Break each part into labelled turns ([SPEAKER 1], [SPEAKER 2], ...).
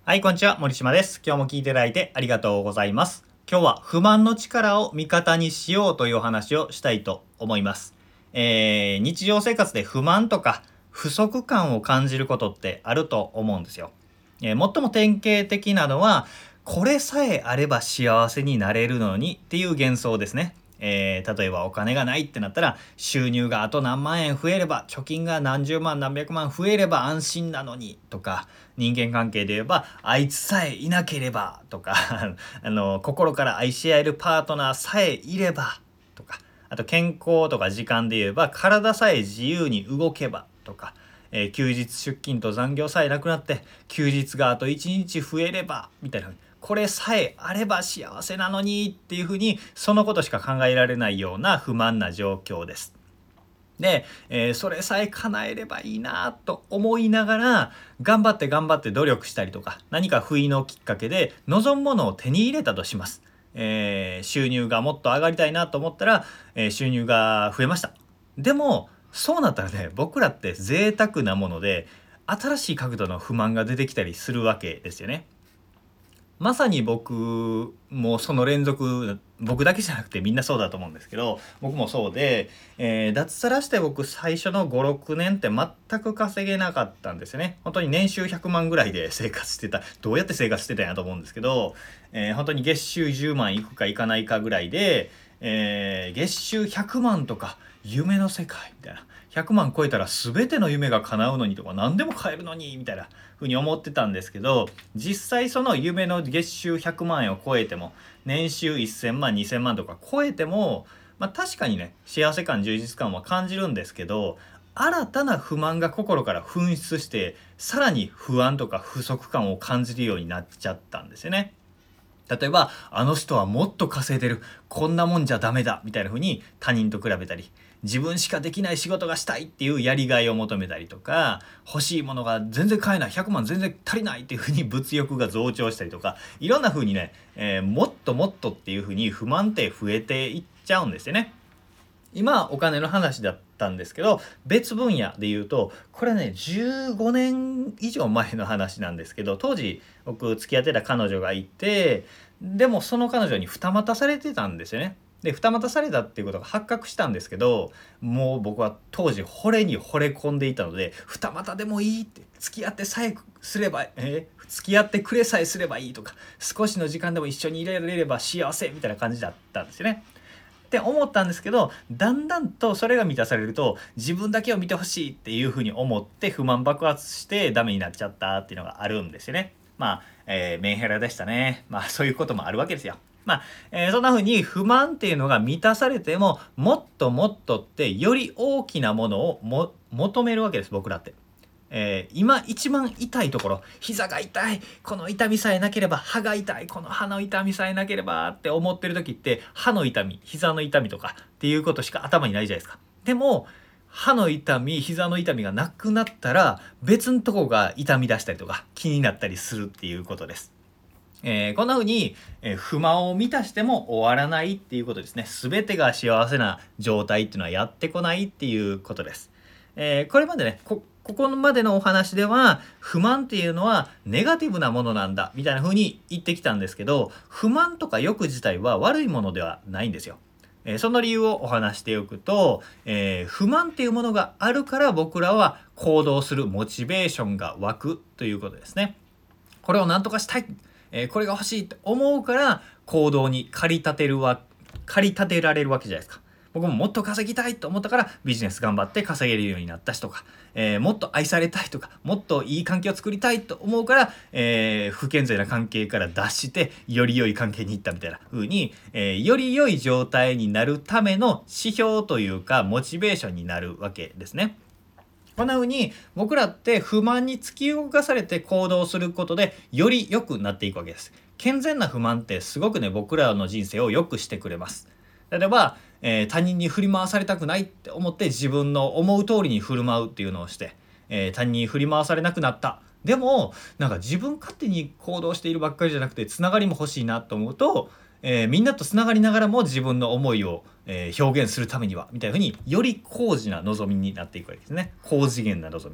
[SPEAKER 1] はい、こんにちは。森島です。今日も聞いていただいてありがとうございます。今日は不満の力を味方にしようというお話をしたいと思います。日常生活で不満とか不足感を感じることってあると思うんですよ。最も典型的なのは、これさえあれば幸せになれるのにっていう幻想ですね。例えばお金がないってなったら、収入があと何万円増えれば、貯金が何十万何百万増えれば安心なのにとか、人間関係で言えばあいつさえいなければとか心から愛し合えるパートナーさえいればとか、あと健康とか時間で言えば体さえ自由に動けばとか、休日出勤と残業さえなくなって休日があと1日増えればみたいな、これさえあれば幸せなのにっていうふうに、そのことしか考えられないような不満な状況です。で、それさえ叶えればいいなと思いながら頑張って努力したりとか、何か不意のきっかけで望むものを手に入れたとします。収入がもっと上がりたいなと思ったら、収入が増えました。でもそうなったらね、僕らって贅沢なもので新しい角度の不満が出てきたりするわけですよね。まさに僕もその連続、僕だけじゃなくてみんなそうだと思うんですけど、僕もそうで、脱サラして僕最初の5、6年って全く稼げなかったんですよね。本当に年収100万ぐらいで生活してた、どうやって生活してたんやと思うんですけど、本当に月収10万いくかいかないかぐらいで、月収100万とか夢の世界みたいな、100万超えたら全ての夢が叶うのにとか、何でも買えるのにみたいなふうに思ってたんですけど、実際その夢の月収100万円を超えても、年収1000万2000万とか超えても、確かにね、幸せ感充実感は感じるんですけど、新たな不満が心から噴出して、さらに不安とか不足感を感じるようになっちゃったんですよね。例えばあの人はもっと稼いでる、こんなもんじゃダメだみたいな風に他人と比べたり、自分しかできない仕事がしたいっていうやりがいを求めたりとか、欲しいものが全然買えない、100万全然足りないっていう風に物欲が増長したりとか、いろんな風にね、もっともっとっていう風に不満って増えていっちゃうんですよね。今お金の話だったんですけど、別分野で言うと、これね15年以上前の話なんですけど、当時僕付き合ってた彼女がいて、でもその彼女に二股されてたんですよね。で二股されたっていうことが発覚したんですけど、もう僕は当時惚れに惚れ込んでいたので、二股でもいいって、付き合ってさえすれば、付き合ってくれさえすればいいとか、少しの時間でも一緒にいられれば幸せみたいな感じだったんですよね。って思ったんですけど、だんだんとそれが満たされると、自分だけを見てほしいっていうふうに思って不満爆発してダメになっちゃったっていうのがあるんですよね。メンヘラでしたね。そういうこともあるわけですよ。そんな風に不満っていうのが満たされても、もっともっとってより大きなものを求めるわけです、僕らって。今一番痛いところ、膝が痛い、この痛みさえなければ、歯が痛い、この歯の痛みさえなければって思ってる時って、歯の痛み、膝の痛みとかっていうことしか頭にないじゃないですか。でも歯の痛み、膝の痛みがなくなったら、別のとこが痛み出したりとか気になったりするっていうことです。こんな風に、不満を満たしても終わらないっていうことですね。全てが幸せな状態っていうのはやってこないっていうことです。これまでね、ここまでのお話では、不満っていうのはネガティブなものなんだみたいな風に言ってきたんですけど、不満とか欲自体は悪いものではないんですよ。その理由をお話しておくと、不満っていうものがあるから僕らは行動するモチベーションが湧くということですね。これを何とかしたい、これが欲しいって思うから行動に駆り立てられるわけじゃないですか。僕ももっと稼ぎたいと思ったからビジネス頑張って稼げるようになったしとか、もっと愛されたいとか、もっといい関係を作りたいと思うから、不健全な関係から脱してより良い関係に行ったみたいな風に、より良い状態になるための指標というかモチベーションになるわけですね。こんな風に僕らって不満に突き動かされて行動することでより良くなっていくわけです。健全な不満ってすごくね、僕らの人生を良くしてくれます。例えば、他人に振り回されたくないって思って自分の思う通りに振る舞うっていうのをして、他人に振り回されなくなった。でもなんか自分勝手に行動しているばっかりじゃなくて、つながりも欲しいなと思うと、みんなとつながりながらも自分の思いを、表現するためにはみたいな風に、より高次な望みになっていくわけですね。高次元な望み。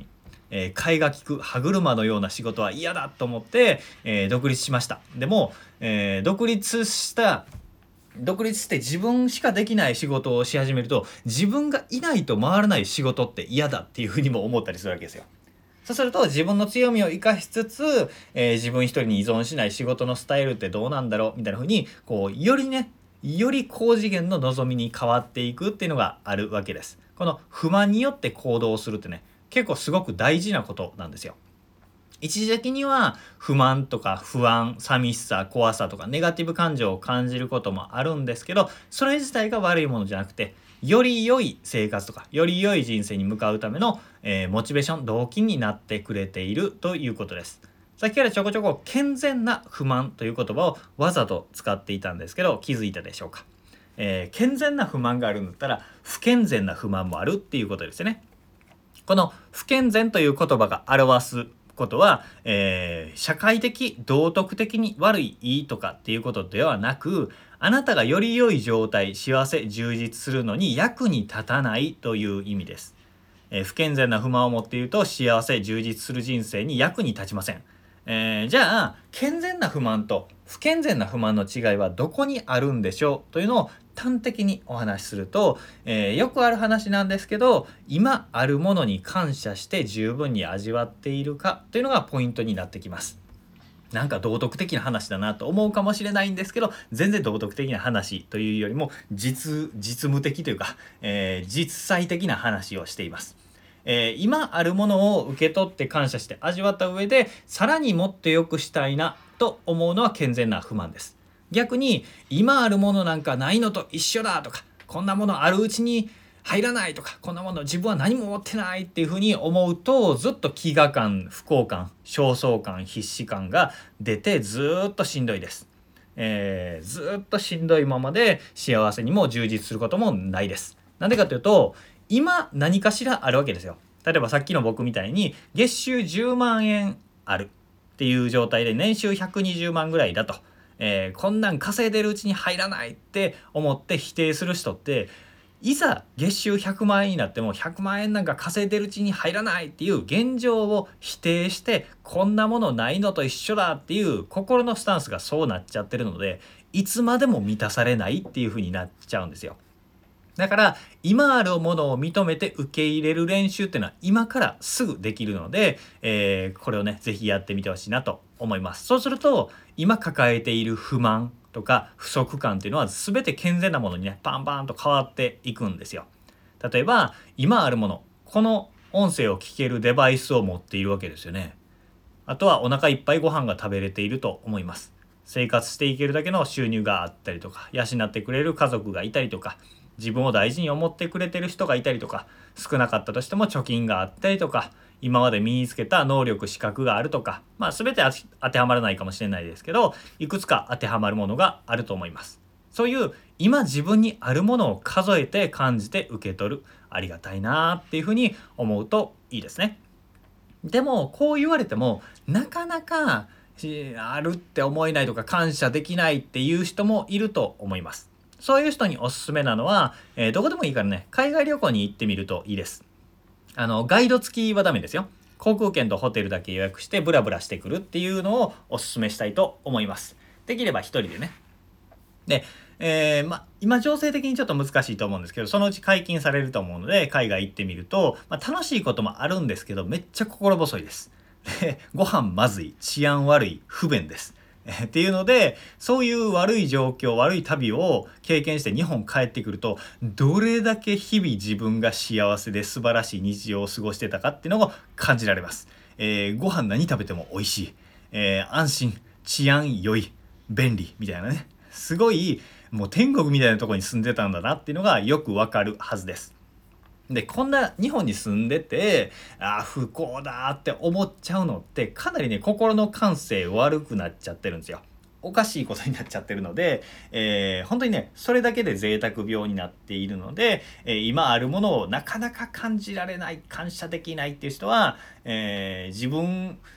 [SPEAKER 1] 替えが利く歯車のような仕事は嫌だと思って、独立しました。でも、独立して自分しかできない仕事をし始めると、自分がいないと回らない仕事って嫌だっていうふうにも思ったりするわけですよ。そうすると自分の強みを生かしつつ、自分一人に依存しない仕事のスタイルってどうなんだろうみたいな風により高次元の望みに変わっていくっていうのがあるわけです。この不満によって行動するってね、結構すごく大事なことなんですよ。一時的には不満とか不安、寂しさ、怖さとかネガティブ感情を感じることもあるんですけど、それ自体が悪いものじゃなくて、より良い生活とかより良い人生に向かうための、モチベーション、動機になってくれているということです。さっきからちょこちょこ健全な不満という言葉をわざと使っていたんですけど、気づいたでしょうか。健全な不満があるんだったら不健全な不満もあるっていうことですよね。この不健全という言葉が表すことは、社会的道徳的に悪いいいとかっていうことではなく、あなたがより良い状態、幸せ、充実するのに役に立たないという意味です。不健全な不満を持っていると幸せ、充実する人生に役に立ちません。じゃあ健全な不満と不健全な不満の違いはどこにあるんでしょうというのを端的にお話しすると、よくある話なんですけど、今あるものに感謝して十分に味わっているかというのがポイントになってきます。なんか道徳的な話だなと思うかもしれないんですけど、全然道徳的な話というよりも実務的というか、実際的な話をしています。今あるものを受け取って感謝して味わった上で、さらにもっと良くしたいなと思うのは健全な不満です。逆に今あるものなんかないのと一緒だとか、こんなものあるうちに入らないとか、こんなもの自分は何も持ってないっていうふうに思うと、ずっと飢餓感、不幸感、焦燥感、必死感が出てずっとしんどいです。ずっとしんどいままで幸せにも充実することもないです。なんでかというと、今何かしらあるわけですよ。例えばさっきの僕みたいに月収10万円あるっていう状態で年収120万ぐらいだと、こんなん稼いでるうちに入らないって思って否定する人って、いざ月収100万円になっても100万円なんか稼いでるうちに入らないっていう現状を否定して、こんなものないのと一緒だっていう心のスタンスがそうなっちゃってるので、いつまでも満たされないっていう風になっちゃうんですよ。だから今あるものを認めて受け入れる練習っていうのは今からすぐできるので、これをねぜひやってみてほしいなと思います。そうすると今抱えている不満とか不足感っていうのは全て健全なものにねパンパンと変わっていくんですよ。例えば今あるもの、この音声を聞けるデバイスを持っているわけですよね。あとはお腹いっぱいご飯が食べれていると思います。生活していけるだけの収入があったりとか、養ってくれる家族がいたりとか、自分を大事に思ってくれてる人がいたりとか、少なかったとしても貯金があったりとか、今まで身につけた能力資格があるとか、全て当てはまらないかもしれないですけど、いくつか当てはまるものがあると思います。そういう今自分にあるものを数えて感じて受け取る、ありがたいなっていうふうに思うといいですね。でもこう言われてもなかなかあるって思えないとか感謝できないっていう人もいると思います。そういう人におすすめなのは、どこでもいいからね、海外旅行に行ってみるといいです。ガイド付きはダメですよ。航空券とホテルだけ予約してブラブラしてくるっていうのをおすすめしたいと思います。できれば一人でね。で、今情勢的にちょっと難しいと思うんですけど、そのうち解禁されると思うので海外行ってみると、楽しいこともあるんですけどめっちゃ心細いです。で、ご飯まずい、治安悪い、不便です。っていうので、そういう悪い状況、悪い旅を経験して日本帰ってくると、どれだけ日々自分が幸せで素晴らしい日常を過ごしてたかっていうのを感じられます。ご飯何食べても美味しい、安心、治安良い、便利みたいなね、すごいもう天国みたいなところに住んでたんだなっていうのがよくわかるはずです。で、こんな日本に住んでて、不幸だって思っちゃうのってかなりね、心の感性悪くなっちゃってるんですよ。おかしいことになっちゃってるので、本当にね、それだけで贅沢病になっているので、今あるものをなかなか感じられない、感謝できないっていう人は、自分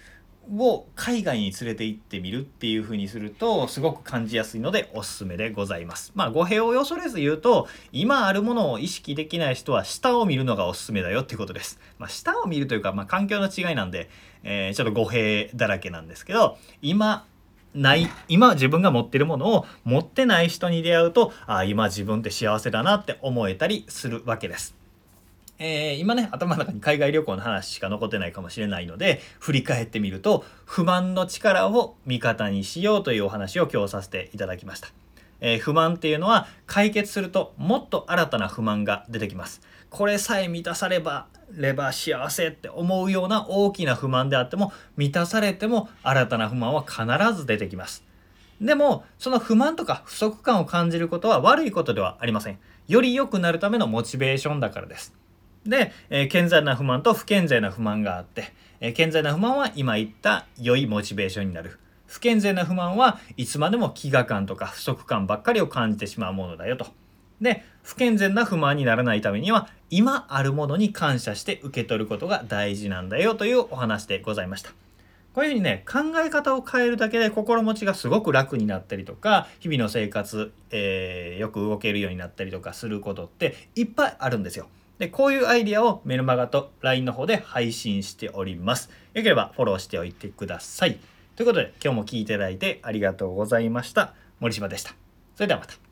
[SPEAKER 1] を海外に連れて行ってみるっていう風にするとすごく感じやすいのでおすすめでございます。語弊を恐れず言うと、今あるものを意識できない人は下を見るのがおすすめだよっていうことです。下を見るというか、環境の違いなんで、ちょっと語弊だらけなんですけど、今自分が持ってるものを持ってない人に出会うと、今自分って幸せだなって思えたりするわけです。今ね、頭の中に海外旅行の話しか残ってないかもしれないので、振り返ってみると、不満の力を味方にしようというお話を今日させていただきました。不満っていうのは解決するともっと新たな不満が出てきます。これさえ満たされば幸せって思うような大きな不満であっても、満たされても新たな不満は必ず出てきます。でもその不満とか不足感を感じることは悪いことではありません。より良くなるためのモチベーションだからです。で、健在な不満と不健在な不満があって、健在な不満は今言った良いモチベーションになる。不健全な不満はいつまでも飢餓感とか不足感ばっかりを感じてしまうものだよと。で、不健全な不満にならないためには今あるものに感謝して受け取ることが大事なんだよというお話でございました。こういうふうにね、考え方を変えるだけで心持ちがすごく楽になったりとか、日々の生活、よく動けるようになったりとかすることっていっぱいあるんですよ。で、こういうアイディアをメルマガと LINE の方で配信しております。よければフォローしておいてください。ということで、今日も聞いていただいてありがとうございました。森島でした。それではまた。